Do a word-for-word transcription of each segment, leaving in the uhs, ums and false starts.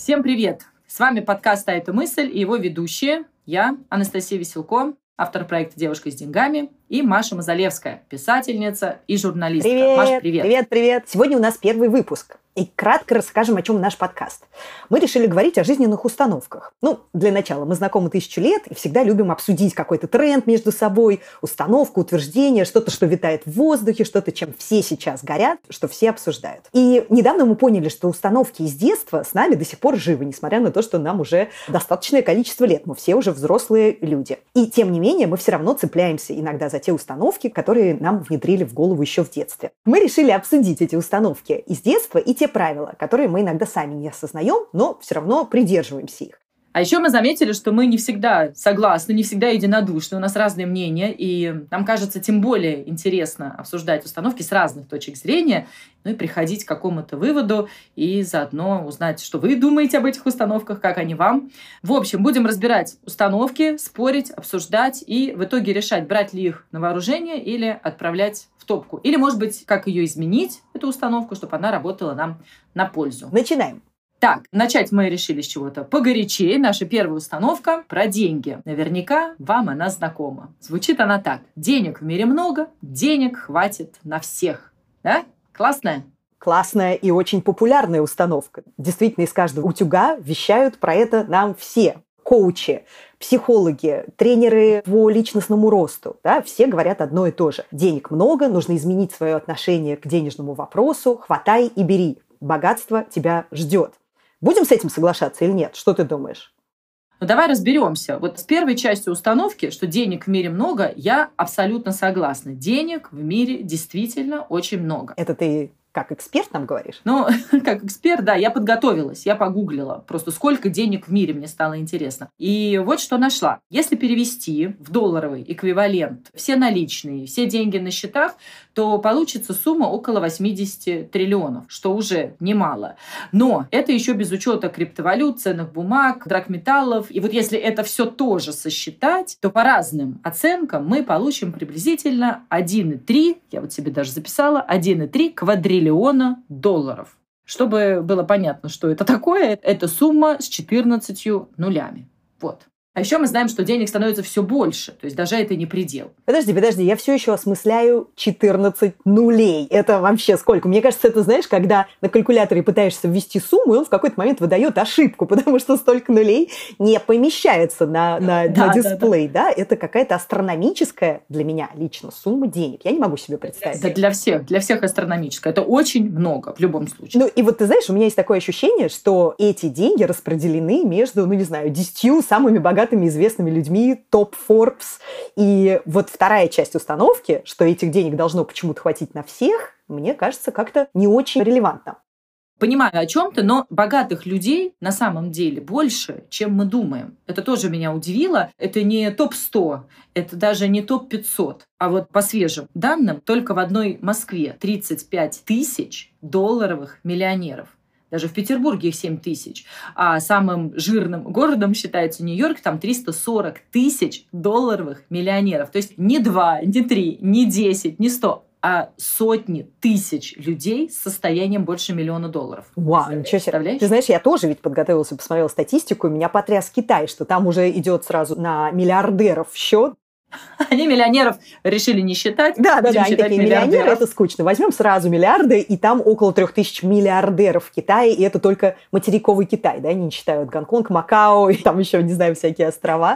Всем привет! С вами подкаст «А это мысль» и его ведущие. Я, Анастасия Веселко, автор проекта «Девушка с деньгами», и Маша Мазалевская, писательница и журналистка. Привет! Маша, привет! Привет, привет! Сегодня у нас первый выпуск. И кратко расскажем, о чем наш подкаст. Мы решили говорить о жизненных установках. Ну, для начала, мы знакомы тысячу лет и всегда любим обсудить какой-то тренд между собой, установку, утверждение, что-то, что витает в воздухе, что-то, чем все сейчас горят, что все обсуждают. И недавно мы поняли, что установки из детства с нами до сих пор живы, несмотря на то, что нам уже достаточное количество лет. Мы все уже взрослые люди. И тем не менее, мы все равно цепляемся иногда за те установки, которые нам внедрили в голову еще в детстве. Мы решили обсудить эти установки из детства и те правила, которые мы иногда сами не осознаем, но все равно придерживаемся их. А еще мы заметили, что мы не всегда согласны, не всегда единодушны, у нас разные мнения, и нам кажется тем более интересно обсуждать установки с разных точек зрения, ну и приходить к какому-то выводу, и заодно узнать, что вы думаете об этих установках, как они вам. В общем, будем разбирать установки, спорить, обсуждать, и в итоге решать, брать ли их на вооружение или отправлять в топку. Или, может быть, как ее изменить, эту установку, чтобы она работала нам на пользу. Начинаем. Так, начать мы решили с чего-то погорячее. Наша первая установка про деньги. Наверняка вам она знакома. Звучит она так. Денег в мире много, денег хватит на всех. Да? Классная? Классная и очень популярная установка. Действительно, из каждого утюга вещают про это нам все. Коучи, психологи, тренеры по личностному росту. Да, все говорят одно и то же. Денег много, нужно изменить свое отношение к денежному вопросу. Хватай и бери. Богатство тебя ждет. Будем с этим соглашаться или нет? Что ты думаешь? Ну, давай разберемся. Вот с первой частью установки, что денег в мире много, я абсолютно согласна. Денег в мире действительно очень много. Это ты как эксперт нам говоришь? Ну, как эксперт, да, я подготовилась, я погуглила. Просто сколько денег в мире, мне стало интересно. И вот что нашла. Если перевести в долларовый эквивалент все наличные, все деньги на счетах, то получится сумма около восемьдесят триллионов, что уже немало. Но это еще без учета криптовалют, ценных бумаг, драгметаллов. И вот если это все тоже сосчитать, то по разным оценкам мы получим приблизительно один и три, я вот себе даже записала, один и три квадриллиона долларов. Чтобы было понятно, что это такое, это сумма с четырнадцатью нулями. Вот. А еще мы знаем, что денег становится все больше, то есть даже это не предел. Подожди, подожди, я все еще осмысляю четырнадцать нулей. Это вообще сколько? Мне кажется, это, знаешь, когда на калькуляторе пытаешься ввести сумму, и он в какой-то момент выдает ошибку, потому что столько нулей не помещается на, на, да, на дисплей. Да, да. Да? Это какая-то астрономическая для меня лично сумма денег. Я не могу себе представить. Да, для всех, для всех астрономическая. Это очень много в любом случае. Ну и вот ты знаешь, у меня есть такое ощущение, что эти деньги распределены между, ну не знаю, десятью самыми богатыми богатыми, известными людьми, топ Forbes. И вот вторая часть установки, что этих денег должно почему-то хватить на всех, мне кажется, как-то не очень релевантно. Понимаю о чем ты, но богатых людей на самом деле больше, чем мы думаем. Это тоже меня удивило. Это не топ сто, это даже не топ пятьсот. А вот по свежим данным, только в одной Москве тридцать пять тысяч долларовых миллионеров. Даже в Петербурге их семь тысяч. А самым жирным городом считается Нью-Йорк, там триста сорок тысяч долларовых миллионеров. То есть не два, не три, не десять, не сто, а сотни тысяч людей с состоянием больше миллиона долларов. Вау, ничего себе. Ты знаешь, я тоже ведь подготовилась и посмотрела статистику, и меня потряс Китай, что там уже идет сразу на миллиардеров счет. Они миллионеров решили не считать. Да, да, да, они такие, миллионеры, это скучно. Возьмем сразу миллиарды, и там около трех тысяч миллиардеров в Китае, и это только материковый Китай, да, они не считают Гонконг, Макао, и там еще, не знаю, всякие острова.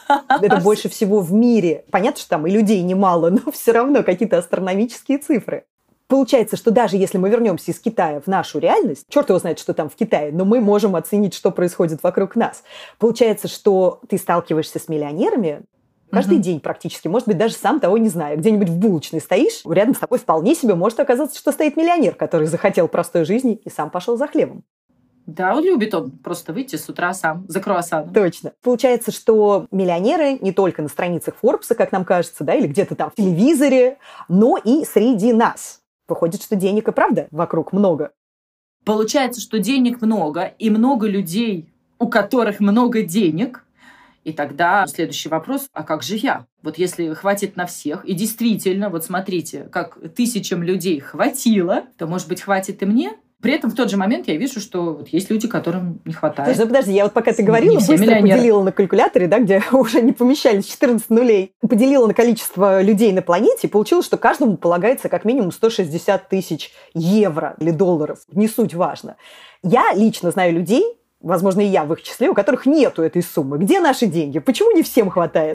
Это больше всего в мире. Понятно, что там и людей немало, но все равно какие-то астрономические цифры. Получается, что даже если мы вернемся из Китая в нашу реальность, черт его знает, что там в Китае, но мы можем оценить, что происходит вокруг нас. Получается, что ты сталкиваешься с миллионерами, каждый mm-hmm. день практически, может быть, даже сам того не зная. Где-нибудь в булочной стоишь, рядом с тобой вполне себе может оказаться, что стоит миллионер, который захотел простой жизни и сам пошел за хлебом. Да, он любит он просто выйти с утра сам за круассаном. Точно. Получается, что миллионеры не только на страницах Форбса, как нам кажется, да, или где-то там в телевизоре, но и среди нас. Выходит, что денег и правда вокруг много. Получается, что денег много, и много людей, у которых много денег. И тогда следующий вопрос, а как же я? Вот если хватит на всех, и действительно, вот смотрите, как тысячам людей хватило, то, может быть, хватит и мне? При этом в тот же момент я вижу, что вот есть люди, которым не хватает. Слушай, ну подожди, я вот пока ты говорила, быстро миллионеры. поделила на калькуляторе, да, где уже не помещались четырнадцать нулей, поделила на количество людей на планете, и получилось, что каждому полагается как минимум сто шестьдесят тысяч евро или долларов. Не суть важно. Я лично знаю людей, возможно, и я в их числе, у которых нету этой суммы. Где наши деньги? Почему не всем хватает?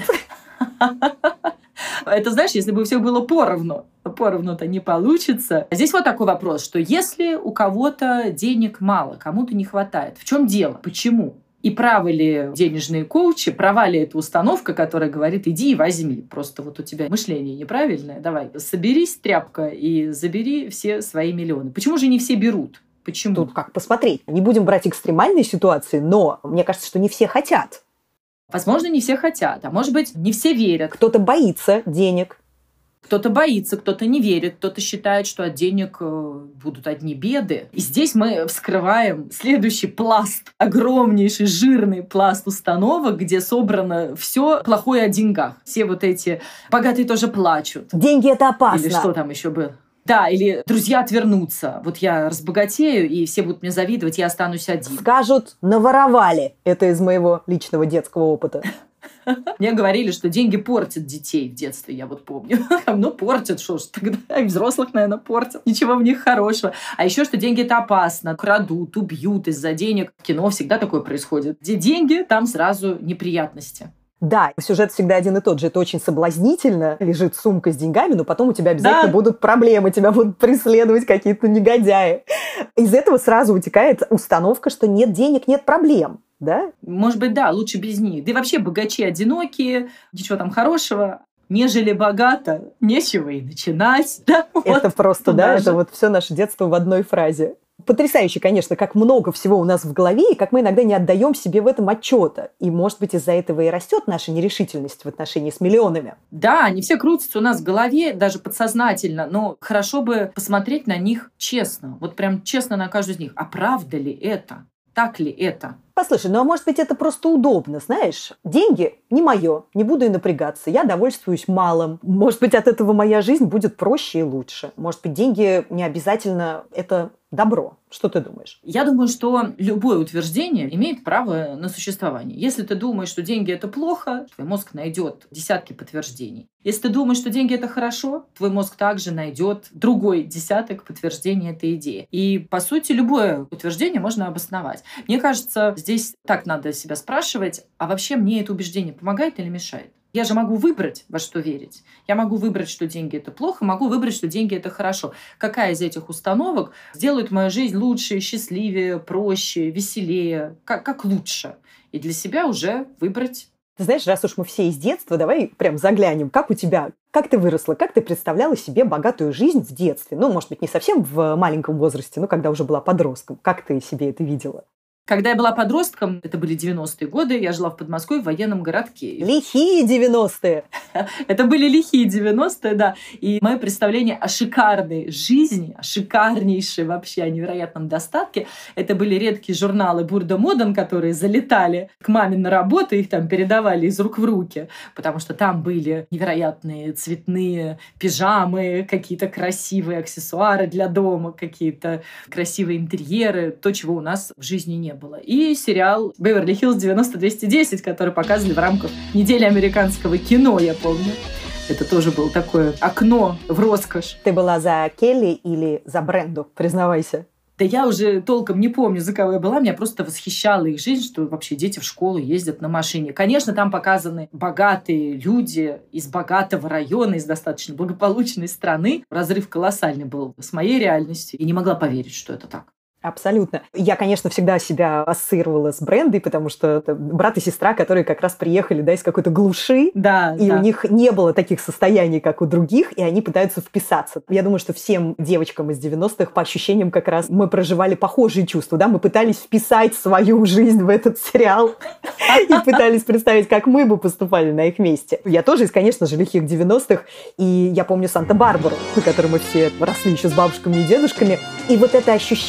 Это, знаешь, если бы у всех было поровну, поровну-то не получится. Здесь вот такой вопрос, что если у кого-то денег мало, кому-то не хватает, в чем дело? Почему? И правы ли денежные коучи, права ли эта установка, которая говорит, иди и возьми. Просто вот у тебя мышление неправильное. Давай, соберись, тряпка, и забери все свои миллионы. Почему же не все берут? Почему? Тут как посмотреть. Не будем брать экстремальные ситуации, но мне кажется, что не все хотят. Возможно, не все хотят, а может быть, не все верят. Кто-то боится денег. Кто-то боится, кто-то не верит, кто-то считает, что от денег будут одни беды. И здесь мы вскрываем следующий пласт, огромнейший, жирный пласт установок, где собрано все плохое о деньгах. Все вот эти «богатые тоже плачут». Деньги – это опасно. Или что там еще было? Да, или друзья отвернутся. Вот я разбогатею, и все будут мне завидовать, я останусь один. Скажут, наворовали. Это из моего личного детского опыта. Мне говорили, что деньги портят детей в детстве, я вот помню. Ну, портят, что ж, тогда и взрослых, наверное, портят. Ничего в них хорошего. А еще, что деньги – это опасно. Крадут, убьют из-за денег. В кино всегда такое происходит. Где деньги, там сразу неприятности. Да, сюжет всегда один и тот же. Это очень соблазнительно. Лежит сумка с деньгами, но потом у тебя обязательно да. будут проблемы, тебя будут преследовать какие-то негодяи. Из этого сразу вытекает установка, что нет денег, нет проблем. Да? Может быть, да, лучше без них. Да и вообще богачи одинокие, ничего там хорошего. Нежели богато, нечего и начинать. Да? Это вот просто, да, же. Это вот все наше детство в одной фразе. Потрясающе, конечно, как много всего у нас в голове, и как мы иногда не отдаем себе в этом отчета. И, может быть, из-за этого и растет наша нерешительность в отношении с миллионами. Да, они все крутятся у нас в голове, даже подсознательно, но хорошо бы посмотреть на них честно. Вот прям честно на каждую из них. А правда ли это? Так ли это? Послушай, ну а может быть это просто удобно, знаешь? Деньги не мое, не буду и напрягаться, я довольствуюсь малым. Может быть, от этого моя жизнь будет проще и лучше. Может быть, деньги не обязательно это добро. Что ты думаешь? Я думаю, что любое утверждение имеет право на существование. Если ты думаешь, что деньги – это плохо, твой мозг найдет десятки подтверждений. Если ты думаешь, что деньги – это хорошо, твой мозг также найдет другой десяток подтверждений этой идеи. И, по сути, любое утверждение можно обосновать. Мне кажется, здесь так надо себя спрашивать, а вообще мне это убеждение помогает или мешает? Я же могу выбрать, во что верить. Я могу выбрать, что деньги – это плохо, могу выбрать, что деньги – это хорошо. Какая из этих установок сделает мою жизнь лучше, счастливее, проще, веселее? Как, как лучше? И для себя уже выбрать. Ты знаешь, раз уж мы все из детства, давай прям заглянем. Как у тебя? Как ты выросла? Как ты представляла себе богатую жизнь в детстве? Ну, может быть, не совсем в маленьком возрасте, но когда уже была подростком. Как ты себе это видела? Когда я была подростком, это были девяностые годы, я жила в Подмосковье в военном городке. Лихие девяностые! Это были лихие девяностые, да. И мое представление о шикарной жизни, о шикарнейшей вообще, о невероятном достатке, это были редкие журналы «Бурда Моден», которые залетали к маме на работу, их там передавали из рук в руки, потому что там были невероятные цветные пижамы, какие-то красивые аксессуары для дома, какие-то красивые интерьеры, то, чего у нас в жизни не было. было. И сериал «Беверли-Хиллз девяносто двести десять», который показывали в рамках недели американского кино, я помню. Это тоже было такое окно в роскошь. Ты была за Келли или за Бренду? Признавайся. Да я уже толком не помню, за кого я была. Меня просто восхищала их жизнь, что вообще дети в школу ездят на машине. Конечно, там показаны богатые люди из богатого района, из достаточно благополучной страны. Разрыв колоссальный был с моей реальностью. И не могла поверить, что это так. Абсолютно. Я, конечно, всегда себя ассоциировала с Брендой, потому что это брат и сестра, которые как раз приехали, да, из какой-то глуши, да, и да. у них не было таких состояний, как у других, и они пытаются вписаться. Я думаю, что всем девочкам из девяностых по ощущениям как раз мы проживали похожие чувства, да, мы пытались вписать свою жизнь в этот сериал и пытались представить, как мы бы поступали на их месте. Я тоже из, конечно же, лихих девяностых, и я помню Санта-Барбару, на которой мы все росли еще с бабушками и дедушками, и вот это ощущение, что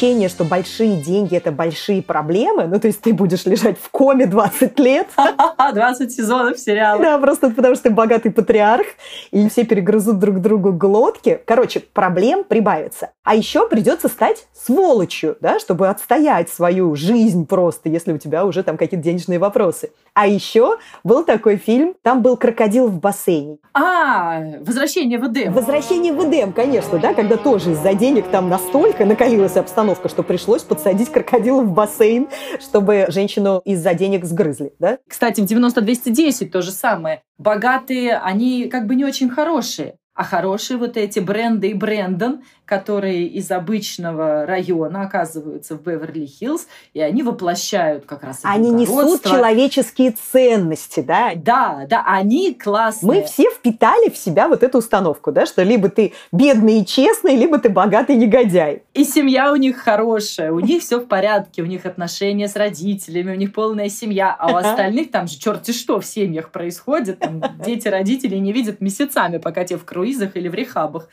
большие деньги – это большие проблемы, ну, то есть ты будешь лежать в коме двадцать лет. двадцать сезонов сериала. Да, просто потому что ты богатый патриарх, и все перегрызут друг другу глотки. Короче, проблем прибавится. А еще придется стать сволочью, да, чтобы отстоять свою жизнь просто, если у тебя уже там какие-то денежные вопросы. А еще был такой фильм, там был крокодил в бассейне. А, «Возвращение в Эдем». «Возвращение в Эдем», конечно, да, когда тоже из-за денег там настолько накалилась обстановка, что пришлось подсадить крокодила в бассейн, чтобы женщину из-за денег сгрызли, да? Кстати, в девяносто двести десять то же самое. Богатые, они как бы не очень хорошие. А хорошие вот эти Бренда и Брэндон, которые из обычного района оказываются в Беверли-Хиллз, и они воплощают как раз это Они несут человеческие ценности, да? Да, да, они классные. Мы все впитали в себя вот эту установку, да, что либо ты бедный и честный, либо ты богатый негодяй. И семья у них хорошая, у них все в порядке, у них отношения с родителями, у них полная семья, а у остальных там же черти что в семьях происходит, там дети родителей не видят месяцами, пока те в круизах или в рехабах.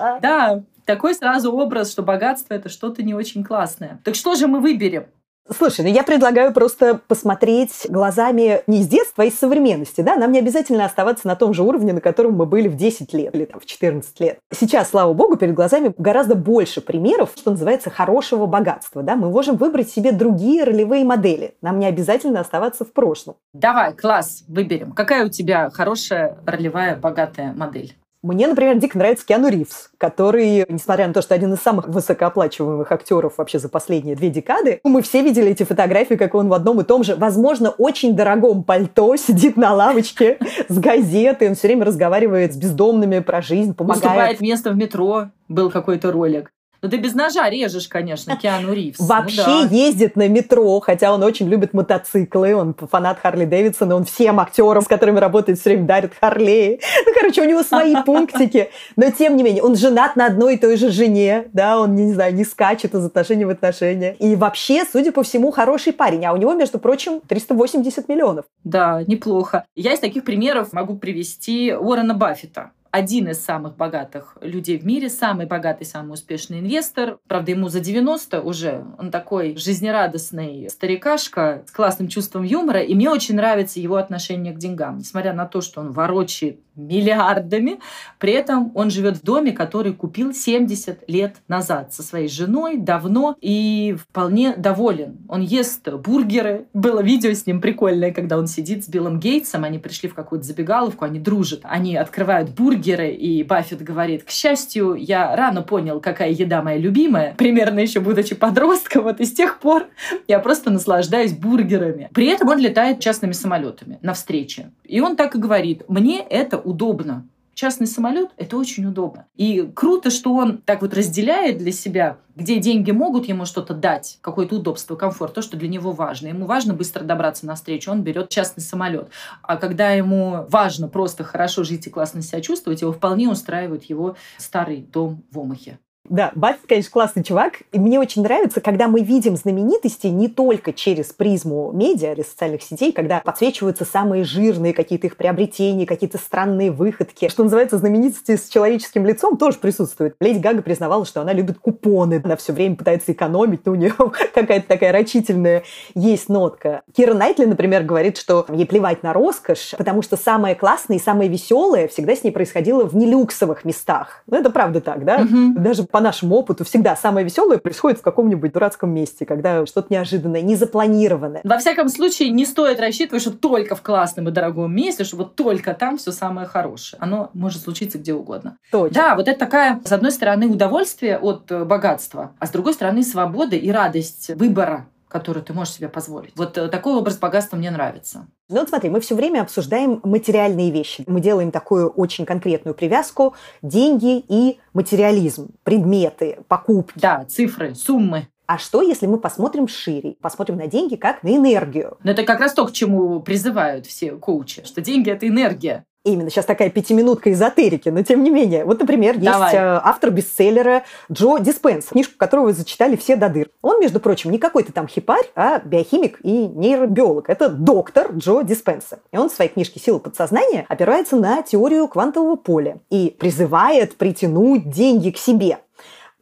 Да, такой сразу образ, что богатство – это что-то не очень классное. Так что же мы выберем? Слушай, ну я предлагаю просто посмотреть глазами не из детства, а из современности. Да? Нам не обязательно оставаться на том же уровне, на котором мы были в десять лет или там, в четырнадцать лет. Сейчас, слава богу, перед глазами гораздо больше примеров, что называется, хорошего богатства. Да? Мы можем выбрать себе другие ролевые модели. Нам не обязательно оставаться в прошлом. Давай, класс, выберем. Какая у тебя хорошая ролевая богатая модель? Мне, например, дико нравится Киану Ривз, который, несмотря на то, что один из самых высокооплачиваемых актеров вообще за последние две декады, мы все видели эти фотографии, как он в одном и том же, возможно, очень дорогом пальто сидит на лавочке с газетой, он все время разговаривает с бездомными про жизнь, помогает. Уступает место в метро, был какой-то ролик. Ну, ты без ножа режешь, конечно, Киану Ривз. Вообще ну, да. ездит на метро, хотя он очень любит мотоциклы, он фанат Харли Дэвидсона, он всем актерам, с которыми работает, все время дарит Харлеи. Ну, короче, у него свои пунктики, но тем не менее, он женат на одной и той же жене, да, он, не знаю, не скачет из отношений в отношения. И вообще, судя по всему, хороший парень, а у него, между прочим, триста восемьдесят миллионов. Да, неплохо. Я из таких примеров могу привести Уоррена Баффета. Один из самых богатых людей в мире, самый богатый, самый успешный инвестор. Правда, ему за девяносто уже. Он такой жизнерадостный старикашка с классным чувством юмора. И мне очень нравится его отношение к деньгам. Несмотря на то, что он ворочает миллиардами, при этом он живет в доме, который купил семьдесят лет назад со своей женой давно и вполне доволен. Он ест бургеры. Было видео с ним прикольное, когда он сидит с Биллом Гейтсом. Они пришли в какую-то забегаловку, они дружат. Они открывают бургеры, и Баффет говорит: к счастью, я рано понял, какая еда моя любимая, примерно еще будучи подростком, вот и с тех пор я просто наслаждаюсь бургерами. При этом он летает частными самолетами на встречи. И он так и говорит: мне это удобно. Частный самолет – это очень удобно. И круто, что он так вот разделяет для себя, где деньги могут ему что-то дать, какое-то удобство, комфорт, то, что для него важно. Ему важно быстро добраться на встречу, он берет частный самолет. А когда ему важно просто хорошо жить и классно себя чувствовать, его вполне устраивает его старый дом в Омахе. Да, Баффет, конечно, классный чувак. И мне очень нравится, когда мы видим знаменитости не только через призму медиа или социальных сетей, когда подсвечиваются самые жирные какие-то их приобретения, какие-то странные выходки. Что называется, знаменитости с человеческим лицом тоже присутствуют. Леди Гага признавала, что она любит купоны. Она все время пытается экономить, но у нее какая-то такая рачительная есть нотка. Кира Найтли, например, говорит, что ей плевать на роскошь, потому что самое классное и самое веселое всегда с ней происходило в нелюксовых местах. Ну, это правда так, да? Mm-hmm. Даже по нашему опыту всегда самое веселое происходит в каком-нибудь дурацком месте, когда что-то неожиданное, незапланированное. Во всяком случае, не стоит рассчитывать, что только в классном и дорогом месте, что вот только там все самое хорошее. Оно может случиться где угодно. Точно. Да, вот это такая, с одной стороны, удовольствие от богатства, а с другой стороны, свобода и радость выбора, которую ты можешь себе позволить. Вот такой образ богатства мне нравится. Ну вот смотри, мы все время обсуждаем материальные вещи. Мы делаем такую очень конкретную привязку: деньги и материализм, предметы, покупки. Да, цифры, суммы. А что, если мы посмотрим шире? Посмотрим на деньги как на энергию. Но это как раз то, к чему призывают все коучи, что деньги – это энергия. Именно, сейчас такая пятиминутка эзотерики, но тем не менее. Вот, например, Давай. Есть автор бестселлера Джо Диспенса, книжку которого вы зачитали все до дыр. Он, между прочим, не какой-то там хипарь, а биохимик и нейробиолог. Это доктор Джо Диспенса. И он в своей книжке «Сила подсознания» опирается на теорию квантового поля и призывает притянуть деньги к себе.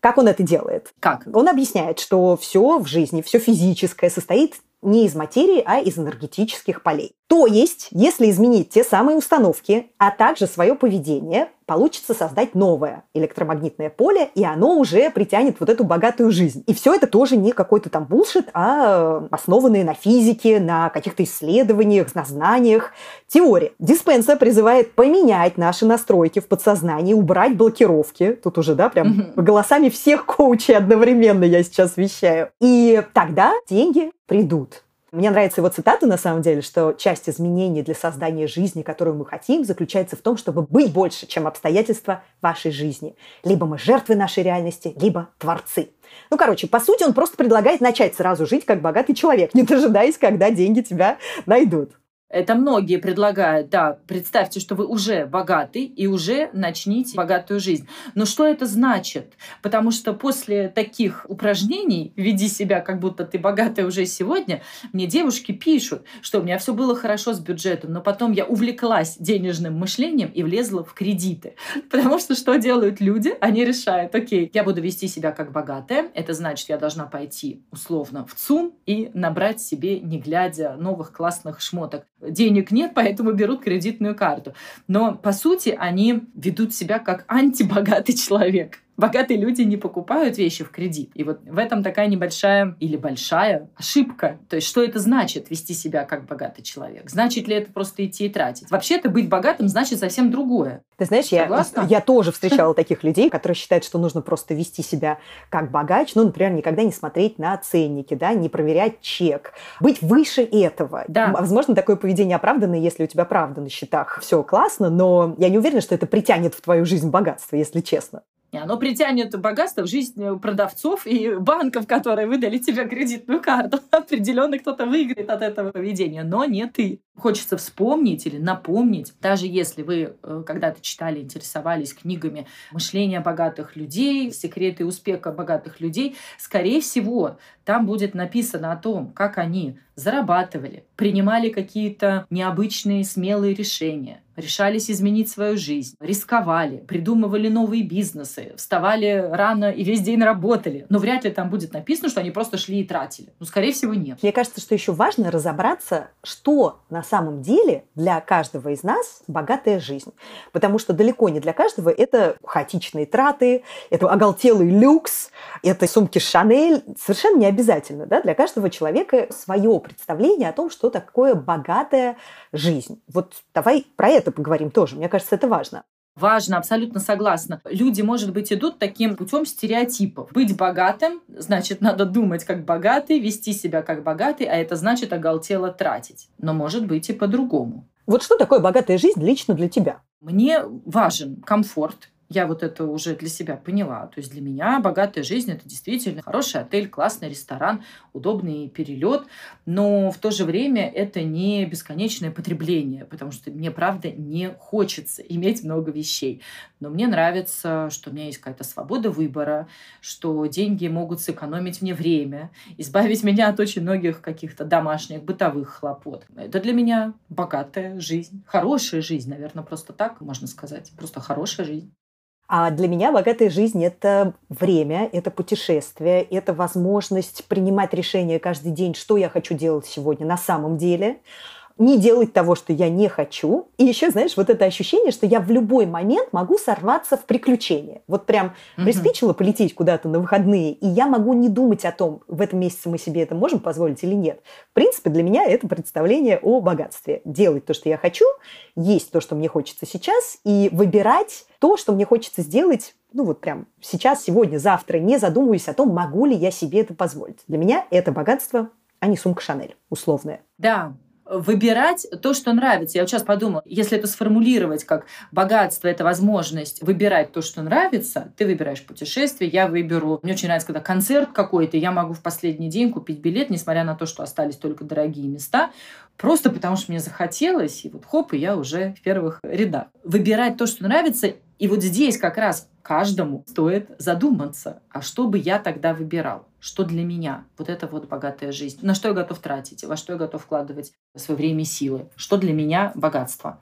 Как он это делает? Как? Он объясняет, что все в жизни, все физическое состоит не из материи, а из энергетических полей. То есть, если изменить те самые установки, а также свое поведение, получится создать новое электромагнитное поле, и оно уже притянет вот эту богатую жизнь. И все это тоже не какой-то там булшит, а основанные на физике, на каких-то исследованиях, на знаниях теории. Диспенса призывает поменять наши настройки в подсознании, убрать блокировки. Тут уже, да, прям mm-hmm. голосами всех коучей одновременно я сейчас вещаю. И тогда деньги придут. Мне нравится его цитата, на самом деле, что часть изменений для создания жизни, которую мы хотим, заключается в том, чтобы быть больше, чем обстоятельства вашей жизни. Либо мы жертвы нашей реальности, либо творцы. Ну, короче, по сути, он просто предлагает начать сразу жить как богатый человек, не дожидаясь, когда деньги тебя найдут. Это многие предлагают, да, представьте, что вы уже богаты и уже начните богатую жизнь. Но что это значит? Потому что после таких упражнений «веди себя, как будто ты богатая уже сегодня», мне девушки пишут, что у меня все было хорошо с бюджетом, но потом я увлеклась денежным мышлением и влезла в кредиты. Потому что что делают люди? Они решают, окей, я буду вести себя как богатая, это значит, я должна пойти условно в ЦУМ и набрать себе, не глядя, новых классных шмоток. Денег нет, поэтому берут кредитную карту. Но, по сути, они ведут себя как антибогатый человек. Богатые люди не покупают вещи в кредит. И вот в этом такая небольшая или большая ошибка. То есть, что это значит вести себя как богатый человек? Значит ли это просто идти и тратить? Вообще-то быть богатым значит совсем другое. Ты знаешь, я, я тоже встречала таких людей, которые считают, что нужно просто вести себя как богач. Ну, например, никогда не смотреть на ценники, да, не проверять чек. Быть выше этого. Да. Возможно, такое поведение оправдано, если у тебя правда на счетах все классно, но я не уверена, что это притянет в твою жизнь богатство, если честно. Оно притянет богатство в жизнь продавцов и банков, которые выдали тебе кредитную карту. Определенно кто-то выиграет от этого поведения, но не ты. Хочется вспомнить или напомнить, даже если вы когда-то читали, интересовались книгами «Мышление богатых людей», «Секреты успеха богатых людей», скорее всего, там будет написано о том, как они зарабатывали, принимали какие-то необычные, смелые решения, решались изменить свою жизнь, рисковали, придумывали новые бизнесы, вставали рано и весь день работали. Но вряд ли там будет написано, что они просто шли и тратили. Ну, скорее всего, нет. Мне кажется, что еще важно разобраться, что на самом деле для каждого из нас богатая жизнь. Потому что далеко не для каждого это хаотичные траты, это оголтелый люкс, это сумки Шанель. Совершенно не обязательно. Да? Для каждого человека свое представление о том, что такое богатая жизнь. Вот давай про это поговорим тоже. Мне кажется, это важно. Важно, абсолютно согласна. Люди, может быть, идут таким путем стереотипов. Быть богатым, значит, надо думать как богатый, вести себя как богатый, а это значит оголтело тратить. Но может быть и по-другому. Вот что такое богатая жизнь лично для тебя? Мне важен комфорт. Я вот это уже для себя поняла. То есть для меня богатая жизнь – это действительно хороший отель, классный ресторан, удобный перелет. Но в то же время это не бесконечное потребление, потому что мне, правда, не хочется иметь много вещей. Но мне нравится, что у меня есть какая-то свобода выбора, что деньги могут сэкономить мне время, избавить меня от очень многих каких-то домашних, бытовых хлопот. Это для меня богатая жизнь, хорошая жизнь, наверное, просто так можно сказать. Просто хорошая жизнь. А для меня богатая жизнь – это время, это путешествие, это возможность принимать решения каждый день, что я хочу делать сегодня на самом деле, не делать того, что я не хочу. И еще, знаешь, вот это ощущение, что я в любой момент могу сорваться в приключения. Вот прям mm-hmm. приспичило полететь куда-то на выходные, и я могу не думать о том, в этом месяце мы себе это можем позволить или нет. В принципе, для меня это представление о богатстве. Делать то, что я хочу, есть то, что мне хочется сейчас, и выбирать то, что мне хочется сделать, ну вот прям сейчас, сегодня, завтра, не задумываясь о том, могу ли я себе это позволить. Для меня это богатство, а не сумка Шанель условная. Да. Выбирать то, что нравится. Я вот сейчас подумала, если это сформулировать как богатство – это возможность выбирать то, что нравится, ты выбираешь путешествие, я выберу. Мне очень нравится, когда концерт какой-то, я могу в последний день купить билет, несмотря на то, что остались только дорогие места, просто потому что мне захотелось, и вот хоп, и я уже в первых рядах. Выбирать то, что нравится, и вот здесь как раз каждому стоит задуматься, а что бы я тогда выбирал? Что для меня? Вот это вот богатая жизнь. На что я готов тратить? Во что я готов вкладывать свое время и силы? Что для меня богатство?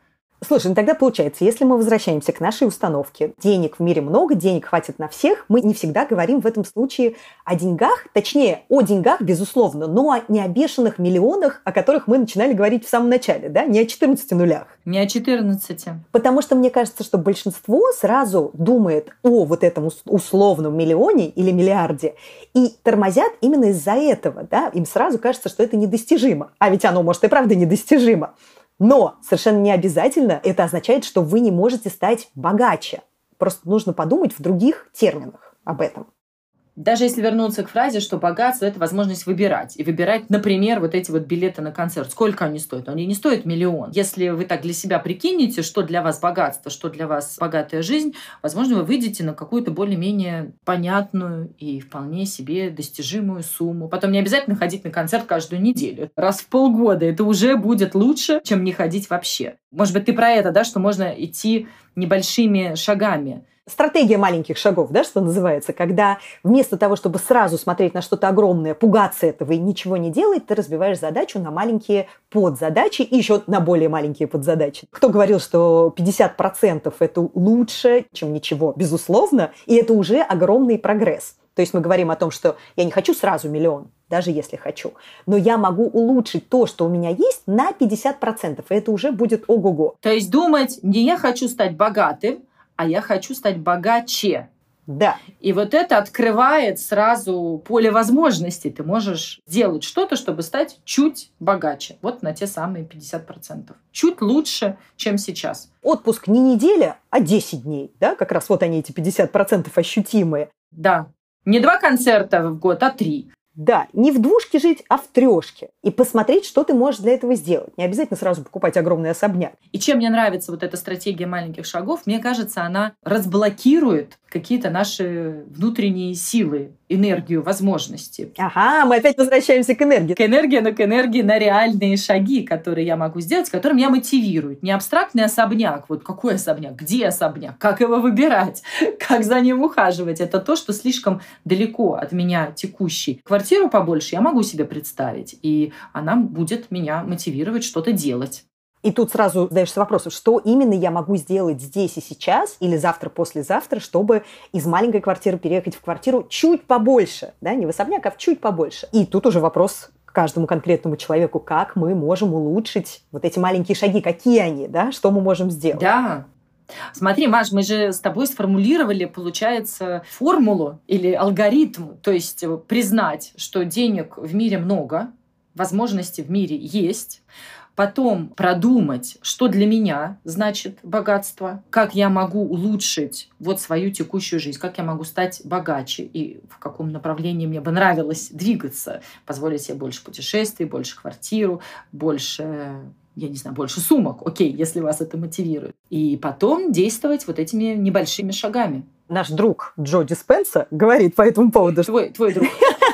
Слушай, ну тогда получается, если мы возвращаемся к нашей установке, денег в мире много, денег хватит на всех, мы не всегда говорим в этом случае о деньгах, точнее, о деньгах, безусловно, но не о бешеных миллионах, о которых мы начинали говорить в самом начале, да, не о четырнадцати нулях. Не о четырнадцати. Потому что мне кажется, что большинство сразу думает о вот этом условном миллионе или миллиарде и тормозят именно из-за этого, да, им сразу кажется, что это недостижимо, а ведь оно, может, и правда недостижимо. Но совершенно не обязательно это означает, что вы не можете стать богаче. Просто нужно подумать в других терминах об этом. Даже если вернуться к фразе, что богатство – это возможность выбирать. И выбирать, например, вот эти вот билеты на концерт. Сколько они стоят? Они не стоят миллион. Если вы так для себя прикинете, что для вас богатство, что для вас богатая жизнь, возможно, вы выйдете на какую-то более-менее понятную и вполне себе достижимую сумму. Потом не обязательно ходить на концерт каждую неделю. Раз в полгода. Это уже будет лучше, чем не ходить вообще. Может быть, ты про это, да, что можно идти небольшими шагами. Стратегия маленьких шагов, да, что называется, когда вместо того, чтобы сразу смотреть на что-то огромное, пугаться этого и ничего не делать, ты разбиваешь задачу на маленькие подзадачи и еще на более маленькие подзадачи. Кто говорил, что пятьдесят процентов это лучше, чем ничего, безусловно, и это уже огромный прогресс. То есть мы говорим о том, что я не хочу сразу миллион, даже если хочу, но я могу улучшить то, что у меня есть, на пятьдесят процентов, и это уже будет ого-го. То есть думать, не я хочу стать богатым, а я хочу стать богаче. Да. И вот это открывает сразу поле возможностей. Ты можешь делать что-то, чтобы стать чуть богаче. Вот на те самые пятьдесят процентов. Чуть лучше, чем сейчас. Отпуск не неделя, а десять дней. Да? Как раз вот они, эти пятьдесят процентов ощутимые. Да. Не два концерта в год, а три. Да, не в двушке жить, а в трешке. И посмотреть, что ты можешь для этого сделать. Не обязательно сразу покупать огромный особняк. И чем мне нравится вот эта стратегия маленьких шагов, мне кажется, она разблокирует какие-то наши внутренние силы, энергию, возможности. Ага, мы опять возвращаемся к энергии. К энергии, но к энергии на реальные шаги, которые я могу сделать, которым я мотивирую. Не абстрактный особняк. Вот какой особняк? Где особняк? Как его выбирать? Как за ним ухаживать? Это то, что слишком далеко от меня текущий. Квартиру побольше я могу себе представить, и она будет меня мотивировать что-то делать. И тут сразу задаешься вопросом, что именно я могу сделать здесь и сейчас, или завтра-послезавтра, чтобы из маленькой квартиры переехать в квартиру чуть побольше, да, не в особняк, а в чуть побольше. И тут уже вопрос к каждому конкретному человеку, как мы можем улучшить вот эти маленькие шаги, какие они, да, что мы можем сделать. Да. Смотри, Маш, мы же с тобой сформулировали, получается, формулу или алгоритм, то есть признать, что денег в мире много, возможностей в мире есть, потом продумать, что для меня значит богатство, как я могу улучшить вот свою текущую жизнь, как я могу стать богаче и в каком направлении мне бы нравилось двигаться, позволить себе больше путешествий, больше квартиру, больше, я не знаю, больше сумок, окей, если вас это мотивирует. И потом действовать вот этими небольшими шагами. Наш друг Джо Диспенза говорит по этому поводу. Твой, твой друг.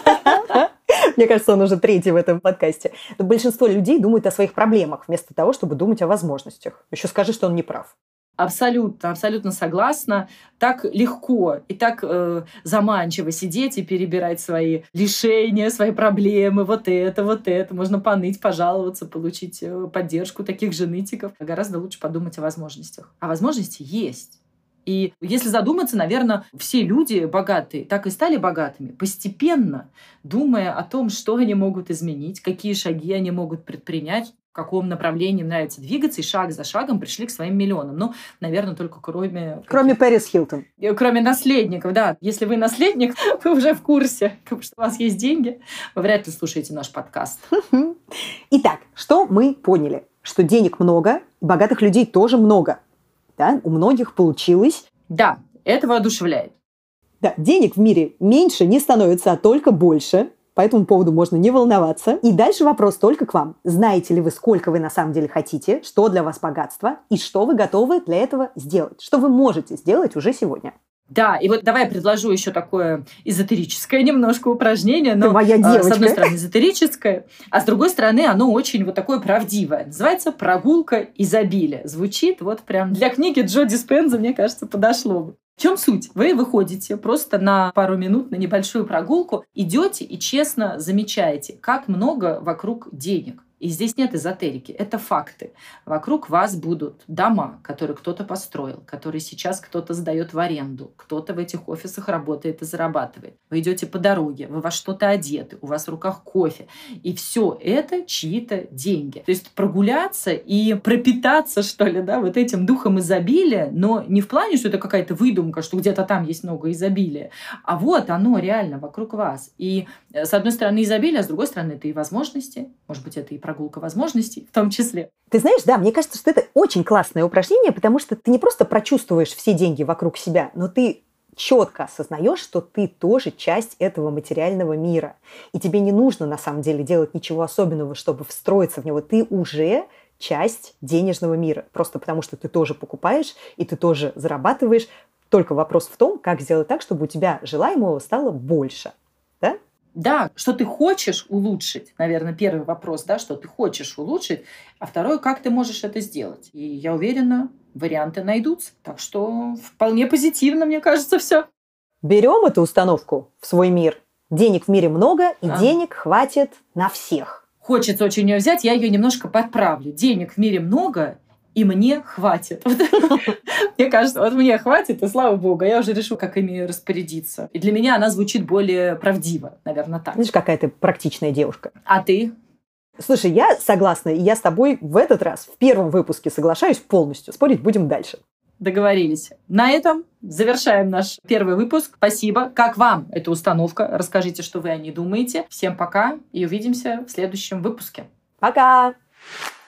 Мне кажется, он уже третий в этом подкасте. Но большинство людей думают о своих проблемах, вместо того, чтобы думать о возможностях. Еще скажи, что он не прав. Абсолютно, абсолютно согласна. Так легко и так э, заманчиво сидеть и перебирать свои лишения, свои проблемы, вот это, вот это. Можно поныть, пожаловаться, получить поддержку таких же нытиков. Гораздо лучше подумать о возможностях. А возможности есть. И если задуматься, наверное, все люди богатые так и стали богатыми, постепенно думая о том, что они могут изменить, какие шаги они могут предпринять, в каком направлении им нравится двигаться, и шаг за шагом пришли к своим миллионам. Ну, наверное, только кроме... Кроме Пэрис Хилтон. Кроме наследников, да. Если вы наследник, вы уже в курсе, что у вас есть деньги, вы вряд ли слушаете наш подкаст. Итак, что мы поняли? Что денег много, и богатых людей тоже много. Да, у многих получилось. Да, это воодушевляет. Да, денег в мире меньше не становится, а только больше. По этому поводу можно не волноваться. И дальше вопрос только к вам. Знаете ли вы, сколько вы на самом деле хотите, что для вас богатство, и что вы готовы для этого сделать? Что вы можете сделать уже сегодня? Да, и вот давай я предложу еще такое эзотерическое немножко упражнение, но Ты моя девочка. С одной стороны эзотерическое, а с другой стороны оно очень вот такое правдивое. Называется «Прогулка изобилия». Звучит вот прям для книги Джо Диспенза, мне кажется, подошло бы. В чем суть? Вы выходите просто на пару минут на небольшую прогулку, идете и честно замечаете, как много вокруг денег. И здесь нет эзотерики, это факты. Вокруг вас будут дома, которые кто-то построил, которые сейчас кто-то сдает в аренду, кто-то в этих офисах работает и зарабатывает. Вы идете по дороге, вы во что-то одеты, у вас в руках кофе. И все это чьи-то деньги. То есть прогуляться и пропитаться, что ли, да, вот этим духом изобилия, но не в плане, что это какая-то выдумка, что где-то там есть много изобилия, а вот оно реально вокруг вас. И с одной стороны изобилие, а с другой стороны это и возможности, может быть, это и прогулка возможностей в том числе. Ты знаешь, да, мне кажется, что это очень классное упражнение, потому что ты не просто прочувствуешь все деньги вокруг себя, но ты четко осознаешь, что ты тоже часть этого материального мира. И тебе не нужно, на самом деле, делать ничего особенного, чтобы встроиться в него. Ты уже часть денежного мира, просто потому что ты тоже покупаешь и ты тоже зарабатываешь. Только вопрос в том, как сделать так, чтобы у тебя желаемого стало больше. Да? Да, что ты хочешь улучшить, наверное, первый вопрос, да, что ты хочешь улучшить, а второй, как ты можешь это сделать. И я уверена, варианты найдутся. Так что вполне позитивно, мне кажется, все. Берем эту установку в свой мир. Денег в мире много, и а. денег хватит на всех. Хочется очень ее взять, я ее немножко подправлю. Денег в мире много, и мне хватит. Мне кажется, вот мне хватит, и слава богу, я уже решу, как ими распорядиться. И для меня она звучит более правдиво, наверное, так. Видишь, какая ты практичная девушка. А ты? Слушай, я согласна, и я с тобой в этот раз, в первом выпуске, соглашаюсь полностью. Спорить будем дальше. Договорились. На этом завершаем наш первый выпуск. Спасибо. Как вам эта установка? Расскажите, что вы о ней думаете. Всем пока и увидимся в следующем выпуске. Пока!